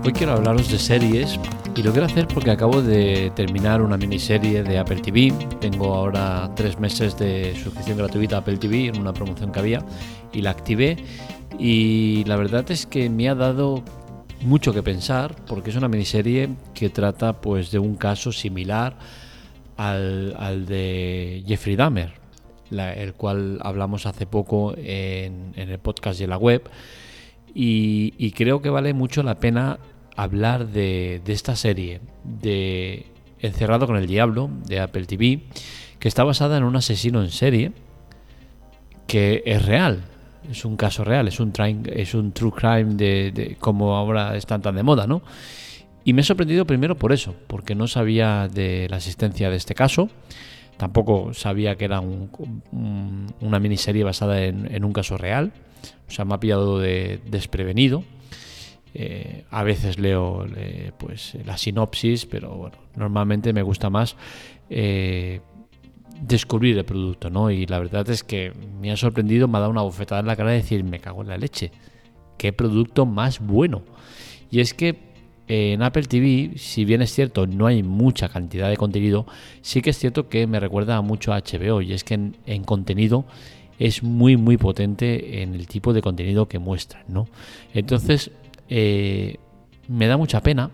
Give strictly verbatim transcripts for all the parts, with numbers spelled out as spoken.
Hoy quiero hablaros de series y lo quiero hacer porque acabo de terminar una miniserie de Apple T V. Tengo ahora tres meses de suscripción gratuita a Apple T V en una promoción que había y la activé, y la verdad es que me ha dado mucho que pensar porque es una miniserie que trata pues de un caso similar al, al de Jeffrey Dahmer, la, el cual hablamos hace poco en, en el podcast y en la web. Y, y creo que vale mucho la pena hablar de, de esta serie de Encerrado con el Diablo de Apple T V, que está basada en un asesino en serie que es real, es un caso real, es un, train, es un true crime de, de como ahora están tan de moda, ¿no? Y me he sorprendido primero por eso, porque no sabía de la existencia de este caso. Tampoco sabía que era un, un, una miniserie basada en, en un caso real. O sea, me ha pillado de desprevenido. Eh, a veces leo eh, pues la sinopsis, pero bueno, normalmente me gusta más eh, descubrir el producto, ¿no? Y la verdad es que me ha sorprendido, me ha dado una bofetada en la cara de decir, me cago en la leche, qué producto más bueno. Y es que en Apple T V, si bien es cierto, no hay mucha cantidad de contenido, sí que es cierto que me recuerda mucho a H B O, y es que en, en contenido es muy muy potente en el tipo de contenido que muestran, ¿no? Entonces eh, me da mucha pena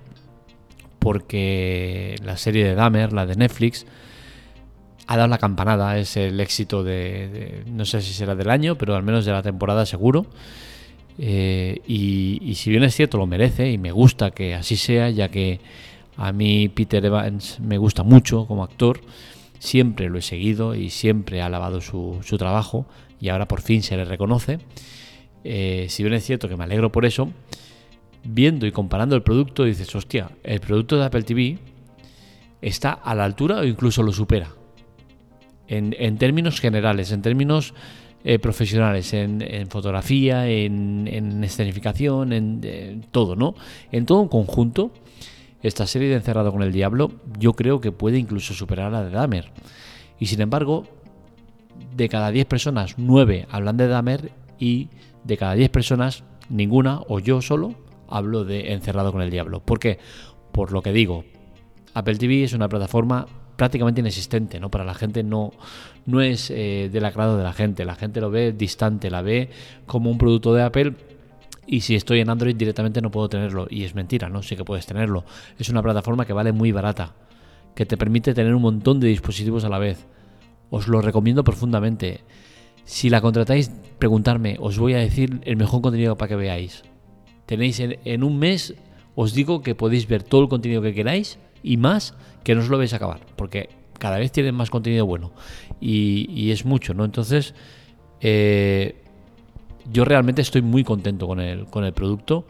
porque la serie de Dahmer, la de Netflix, ha dado la campanada, es el éxito de, de no sé si será del año, pero al menos de la temporada seguro. Eh, y, y si bien es cierto lo merece y me gusta que así sea, ya que a mí Peter Evans me gusta mucho como actor, siempre lo he seguido y siempre he alabado su, su trabajo, y ahora por fin se le reconoce. Eh, si bien es cierto que me alegro por eso, viendo y comparando el producto dices, hostia, el producto de Apple T V está a la altura o incluso lo supera en, en términos generales, en términos Eh, profesionales, en, en fotografía, en, en escenificación, en, en todo, ¿no? En todo un conjunto, esta serie de Encerrado con el Diablo yo creo que puede incluso superar a la de Dahmer. Y sin embargo, de cada diez personas, nueve hablan de Dahmer, y de cada diez personas, ninguna, o yo solo, hablo de Encerrado con el Diablo. ¿Por qué? Por lo que digo, Apple T V es una plataforma prácticamente inexistente, ¿no? Para la gente no, no es eh, del agrado de la gente. La gente lo ve distante, la ve como un producto de Apple, y si estoy en Android directamente no puedo tenerlo. Y es mentira, ¿no? Sí que puedes tenerlo. Es una plataforma que vale muy barata, que te permite tener un montón de dispositivos a la vez. Os lo recomiendo profundamente. Si la contratáis, preguntarme, os voy a decir el mejor contenido para que veáis. Tenéis en, en un mes, os digo que podéis ver todo el contenido que queráis y más, que no os lo vais a acabar, porque cada vez tienen más contenido bueno y, y es mucho, ¿no? Entonces eh, yo realmente estoy muy contento con el, con el producto,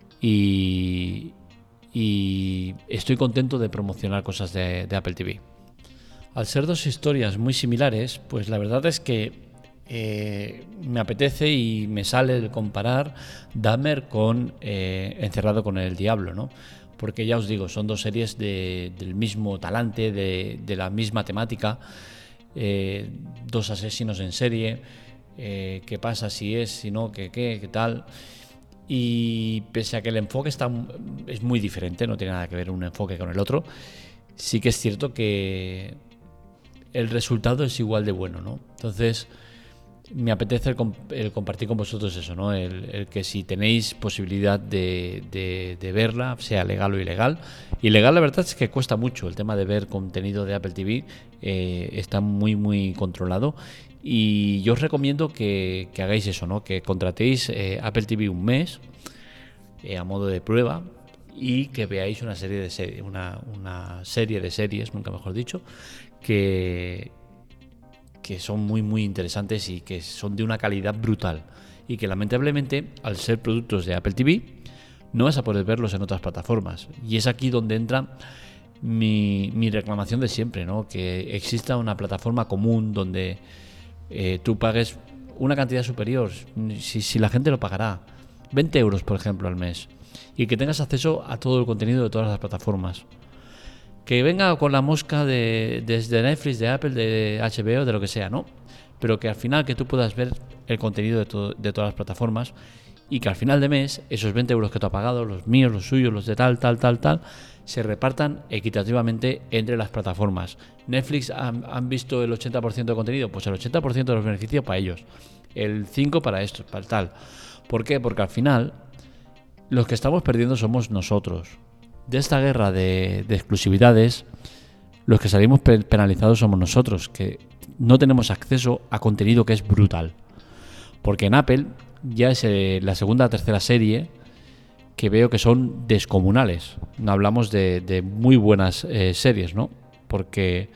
y, y estoy contento de promocionar cosas de, de Apple T V. Al ser dos historias muy similares, pues la verdad es que eh, me apetece y me sale el comparar Dahmer con eh, Encerrado con el Diablo, ¿no? Porque ya os digo, son dos series de, del mismo talante, de, de la misma temática, eh, dos asesinos en serie, eh, qué pasa si es, si no, qué, qué, qué tal. Y pese a que el enfoque está, es muy diferente, no tiene nada que ver un enfoque con el otro, sí que es cierto que el resultado es igual de bueno, ¿no? Entonces me apetece el, el compartir con vosotros eso, ¿no? El, el que si tenéis posibilidad de, de, de verla, sea legal o ilegal. Ilegal, la verdad es que cuesta mucho. El tema de ver contenido de Apple T V eh, está muy, muy controlado. Y yo os recomiendo que, que hagáis eso, ¿no? Que contratéis eh, Apple T V un mes eh, a modo de prueba, y que veáis una serie de series, una, una serie de series, nunca mejor dicho, que que son muy muy interesantes y que son de una calidad brutal, y que lamentablemente al ser productos de Apple T V no vas a poder verlos en otras plataformas. Y es aquí donde entra mi, mi reclamación de siempre, ¿no? Que exista una plataforma común donde eh, tú pagues una cantidad superior, si, si la gente lo pagará, veinte euros por ejemplo al mes, y que tengas acceso a todo el contenido de todas las plataformas. Que venga con la mosca de desde Netflix, de Apple, de H B O, de lo que sea, ¿no? Pero que al final que tú puedas ver el contenido de, to- de todas las plataformas, y que al final de mes esos veinte euros que tú has pagado, los míos, los suyos, los de tal, tal, tal, tal, se repartan equitativamente entre las plataformas. Netflix han, han visto el ochenta por ciento de contenido, pues el ochenta por ciento de los beneficios para ellos, el cinco por ciento para esto, para tal. ¿Por qué? Porque al final los que estamos perdiendo somos nosotros. De esta guerra de, de exclusividades, los que salimos penalizados somos nosotros, que no tenemos acceso a contenido que es brutal. Porque en Apple ya es eh, la segunda o tercera serie que veo que son descomunales. No hablamos de, de muy buenas eh, series, ¿no? Porque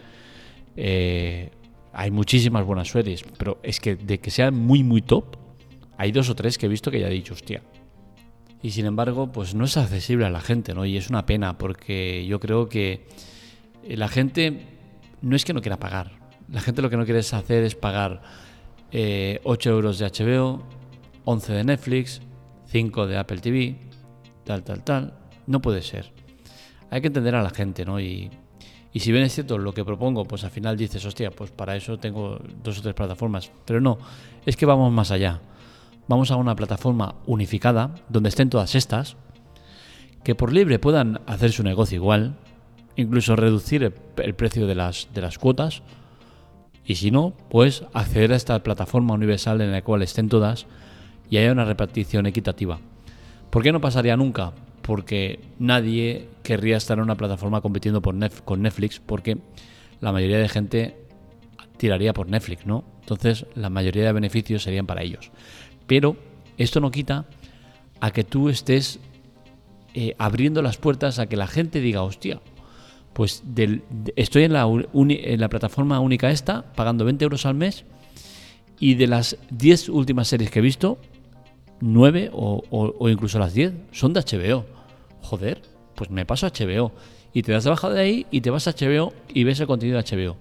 eh, hay muchísimas buenas series, pero es que de que sean muy, muy top, hay dos o tres que he visto que ya he dicho, hostia. Y sin embargo, pues no es accesible a la gente, ¿no? Y es una pena, porque yo creo que la gente no es que no quiera pagar. La gente lo que no quiere es hacer es pagar eh, ocho euros de H B O, once de Netflix, cinco de Apple T V, tal, tal, tal. No puede ser. Hay que entender a la gente, ¿no? Y, y si bien es cierto lo que propongo, pues al final dices, hostia, pues para eso tengo dos o tres plataformas. Pero no, es que vamos más allá. Vamos a una plataforma unificada donde estén todas estas, que por libre puedan hacer su negocio igual, incluso reducir el, el precio de las, de las cuotas, y si no, pues acceder a esta plataforma universal en la cual estén todas y haya una repartición equitativa. ¿Por qué no pasaría nunca? Porque nadie querría estar en una plataforma compitiendo por Nef- con Netflix, porque la mayoría de gente tiraría por Netflix, ¿no? Entonces la mayoría de beneficios serían para ellos. Pero esto no quita a que tú estés eh, abriendo las puertas a que la gente diga, hostia, pues del, de, estoy en la, uni, en la plataforma única esta, pagando veinte euros al mes, y de las diez últimas series que he visto, nueve o, o, o incluso las diez son de H B O. Joder, pues me paso a H B O. Y te das de baja de ahí y te vas a H B O y ves el contenido de H B O.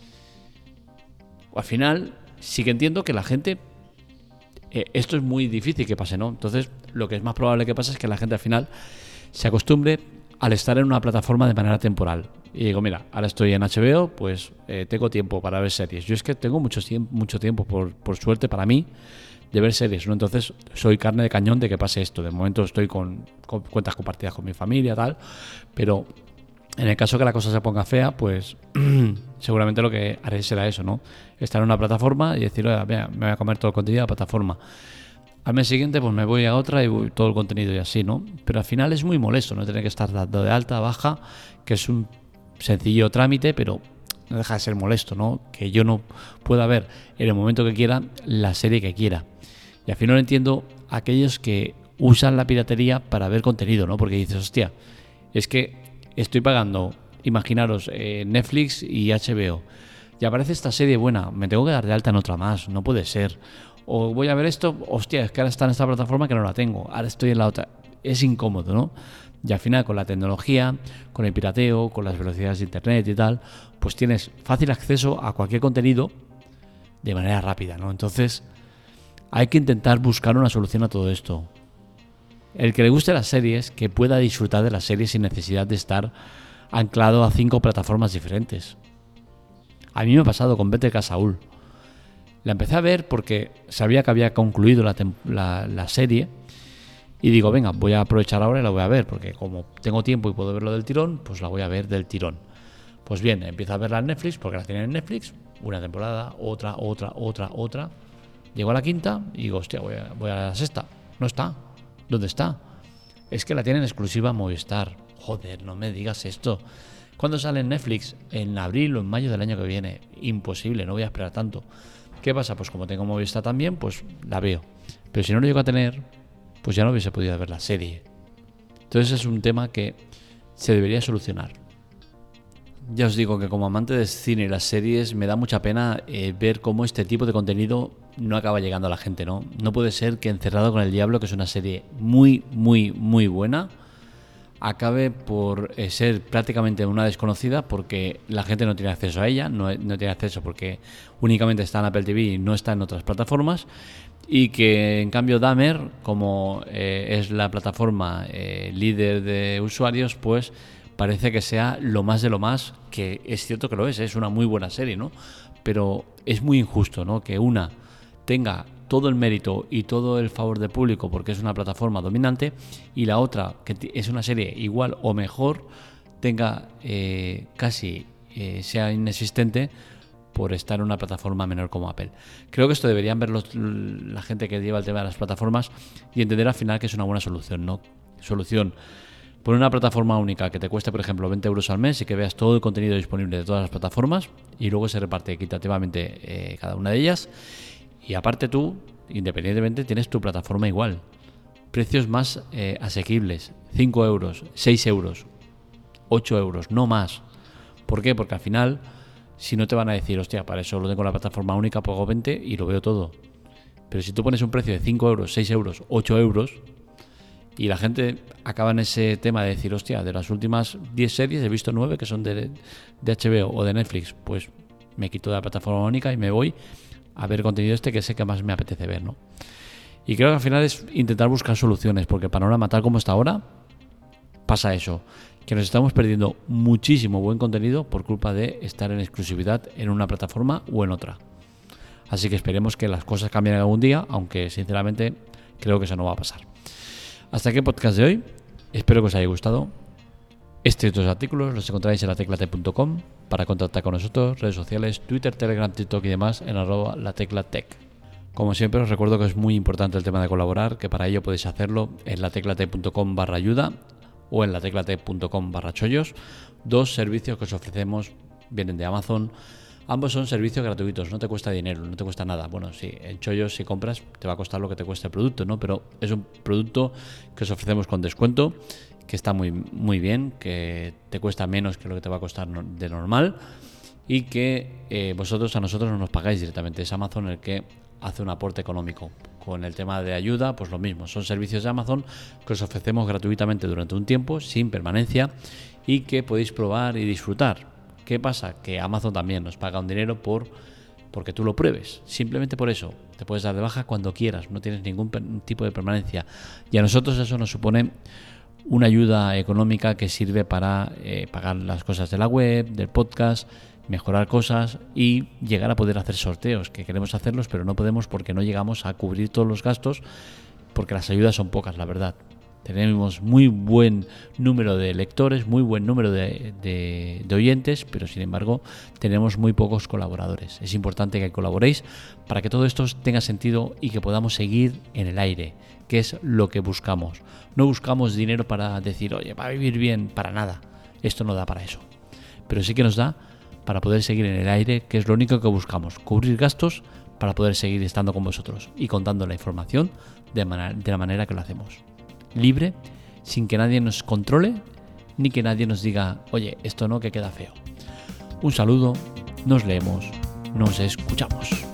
Al final, sí que entiendo que la gente... Eh, esto es muy difícil que pase, ¿no? Entonces, lo que es más probable que pase es que la gente al final se acostumbre al estar en una plataforma de manera temporal. Y digo, mira, ahora estoy en H B O, pues eh, tengo tiempo para ver series. Yo es que tengo mucho, mucho tiempo, por, por suerte para mí, de ver series, ¿no? Entonces, soy carne de cañón de que pase esto. De momento estoy con, con cuentas compartidas con mi familia, tal, pero en el caso que la cosa se ponga fea, pues seguramente lo que haré será eso, ¿no? Estar en una plataforma y decir, oye, mira, me voy a comer todo el contenido de la plataforma. Al mes siguiente pues me voy a otra y voy todo el contenido y así, ¿no? Pero al final es muy molesto no tener que estar dando de alta, baja, que es un sencillo trámite, pero no deja de ser molesto, ¿no? Que yo no pueda ver en el momento que quiera la serie que quiera. Y al final entiendo a aquellos que usan la piratería para ver contenido, ¿no? Porque dices, hostia, es que estoy pagando, imaginaros, eh, Netflix y H B O. Y aparece esta serie buena, me tengo que dar de alta en otra más, no puede ser. O voy a ver esto, hostia, es que ahora está en esta plataforma que no la tengo, ahora estoy en la otra. Es incómodo, ¿no? Y al final con la tecnología, con el pirateo, con las velocidades de internet y tal, pues tienes fácil acceso a cualquier contenido de manera rápida, ¿no? Entonces hay que intentar buscar una solución a todo esto. El que le guste las series, que pueda disfrutar de las series sin necesidad de estar anclado a cinco plataformas diferentes. A mí me ha pasado con Better Call Saul. La empecé a ver porque sabía que había concluido la, la, la serie y digo, venga, voy a aprovechar ahora y la voy a ver, porque como tengo tiempo y puedo verlo del tirón, pues la voy a ver del tirón. Pues bien, empiezo a verla en Netflix, porque la tienen en Netflix, una temporada, otra, otra, otra, otra. Llego a la quinta y digo, hostia, voy a, voy a la sexta. No está. ¿Dónde está? Es que la tienen exclusiva Movistar. Joder, no me digas esto. ¿Cuándo sale en Netflix? En abril o en mayo del año que viene. Imposible, no voy a esperar tanto. ¿Qué pasa? Pues como tengo Movistar también, pues la veo. Pero si no lo llego a tener, pues ya no hubiese podido ver la serie. Entonces es un tema que se debería solucionar. Ya os digo que como amante del cine y las series me da mucha pena eh, ver cómo este tipo de contenido no acaba llegando a la gente, ¿no? No puede ser que Encerrado con el Diablo, que es una serie muy, muy, muy buena, acabe por eh, ser prácticamente una desconocida porque la gente no tiene acceso a ella, no, no tiene acceso porque únicamente está en Apple T V y no está en otras plataformas, y que en cambio Dahmer, como eh, es la plataforma eh, líder de usuarios, pues parece que sea lo más de lo más, que es cierto que lo es, es una muy buena serie, ¿no? Pero es muy injusto, ¿no? Que una tenga todo el mérito y todo el favor del público porque es una plataforma dominante, y la otra, que es una serie igual o mejor, tenga eh, casi eh, sea inexistente por estar en una plataforma menor como Apple. Creo que esto deberían ver los, la gente que lleva el tema de las plataformas y entender al final que es una buena solución, ¿no? Solución. Poner una plataforma única que te cueste, por ejemplo, veinte euros al mes y que veas todo el contenido disponible de todas las plataformas y luego se reparte equitativamente eh, cada una de ellas. Y aparte tú, independientemente, tienes tu plataforma igual. Precios más eh, asequibles, cinco euros, seis euros, ocho euros, no más. ¿Por qué? Porque al final, si no te van a decir, hostia, para eso lo tengo la plataforma única, pago veinte y lo veo todo. Pero si tú pones un precio de cinco euros, seis euros, ocho euros, y la gente acaba en ese tema de decir, hostia, de las últimas diez series he visto nueve que son de, de H B O o de Netflix, pues me quito de la plataforma única y me voy a ver contenido este que sé que más me apetece ver, ¿no? Y creo que al final es intentar buscar soluciones, porque el panorama tal como está ahora, pasa eso, que nos estamos perdiendo muchísimo buen contenido por culpa de estar en exclusividad en una plataforma o en otra. Así que esperemos que las cosas cambien algún día, aunque sinceramente creo que eso no va a pasar. Hasta aquí el podcast de hoy. Espero que os haya gustado. Este y otros artículos los encontráis en la tecla t punto com. Para contactar con nosotros, redes sociales, Twitter, Telegram, TikTok y demás en arroba lateclatec. Como siempre os recuerdo que es muy importante el tema de colaborar, que para ello podéis hacerlo en la tecla t punto com barra ayuda o en la tecla t punto com barra chollos. Dos servicios que os ofrecemos vienen de Amazon. Ambos son servicios gratuitos, no te cuesta dinero, no te cuesta nada. Bueno, sí, en Chollos si compras te va a costar lo que te cuesta el producto, ¿no? Pero es un producto que os ofrecemos con descuento, que está muy, muy bien, que te cuesta menos que lo que te va a costar de normal y que eh, vosotros a nosotros no nos pagáis directamente. Es Amazon el que hace un aporte económico. Con el tema de ayuda, pues lo mismo. Son servicios de Amazon que os ofrecemos gratuitamente durante un tiempo, sin permanencia, y que podéis probar y disfrutar. ¿Qué pasa? Que Amazon también nos paga un dinero por porque tú lo pruebes. Simplemente por eso. Te puedes dar de baja cuando quieras. No tienes ningún per- tipo de permanencia. Y a nosotros eso nos supone una ayuda económica que sirve para eh, pagar las cosas de la web, del podcast, mejorar cosas y llegar a poder hacer sorteos, que queremos hacerlos, pero no podemos porque no llegamos a cubrir todos los gastos, porque las ayudas son pocas, la verdad. Tenemos muy buen número de lectores, muy buen número de, de, de oyentes, pero sin embargo tenemos muy pocos colaboradores. Es importante que colaboréis para que todo esto tenga sentido y que podamos seguir en el aire, que es lo que buscamos. No buscamos dinero para decir, oye, para vivir bien, para nada. Esto no da para eso. Pero sí que nos da para poder seguir en el aire, que es lo único que buscamos, cubrir gastos para poder seguir estando con vosotros y contando la información de, man- de la manera que lo hacemos. Libre, sin que nadie nos controle, ni que nadie nos diga, oye, esto no, que queda feo. Un saludo, nos leemos, nos escuchamos.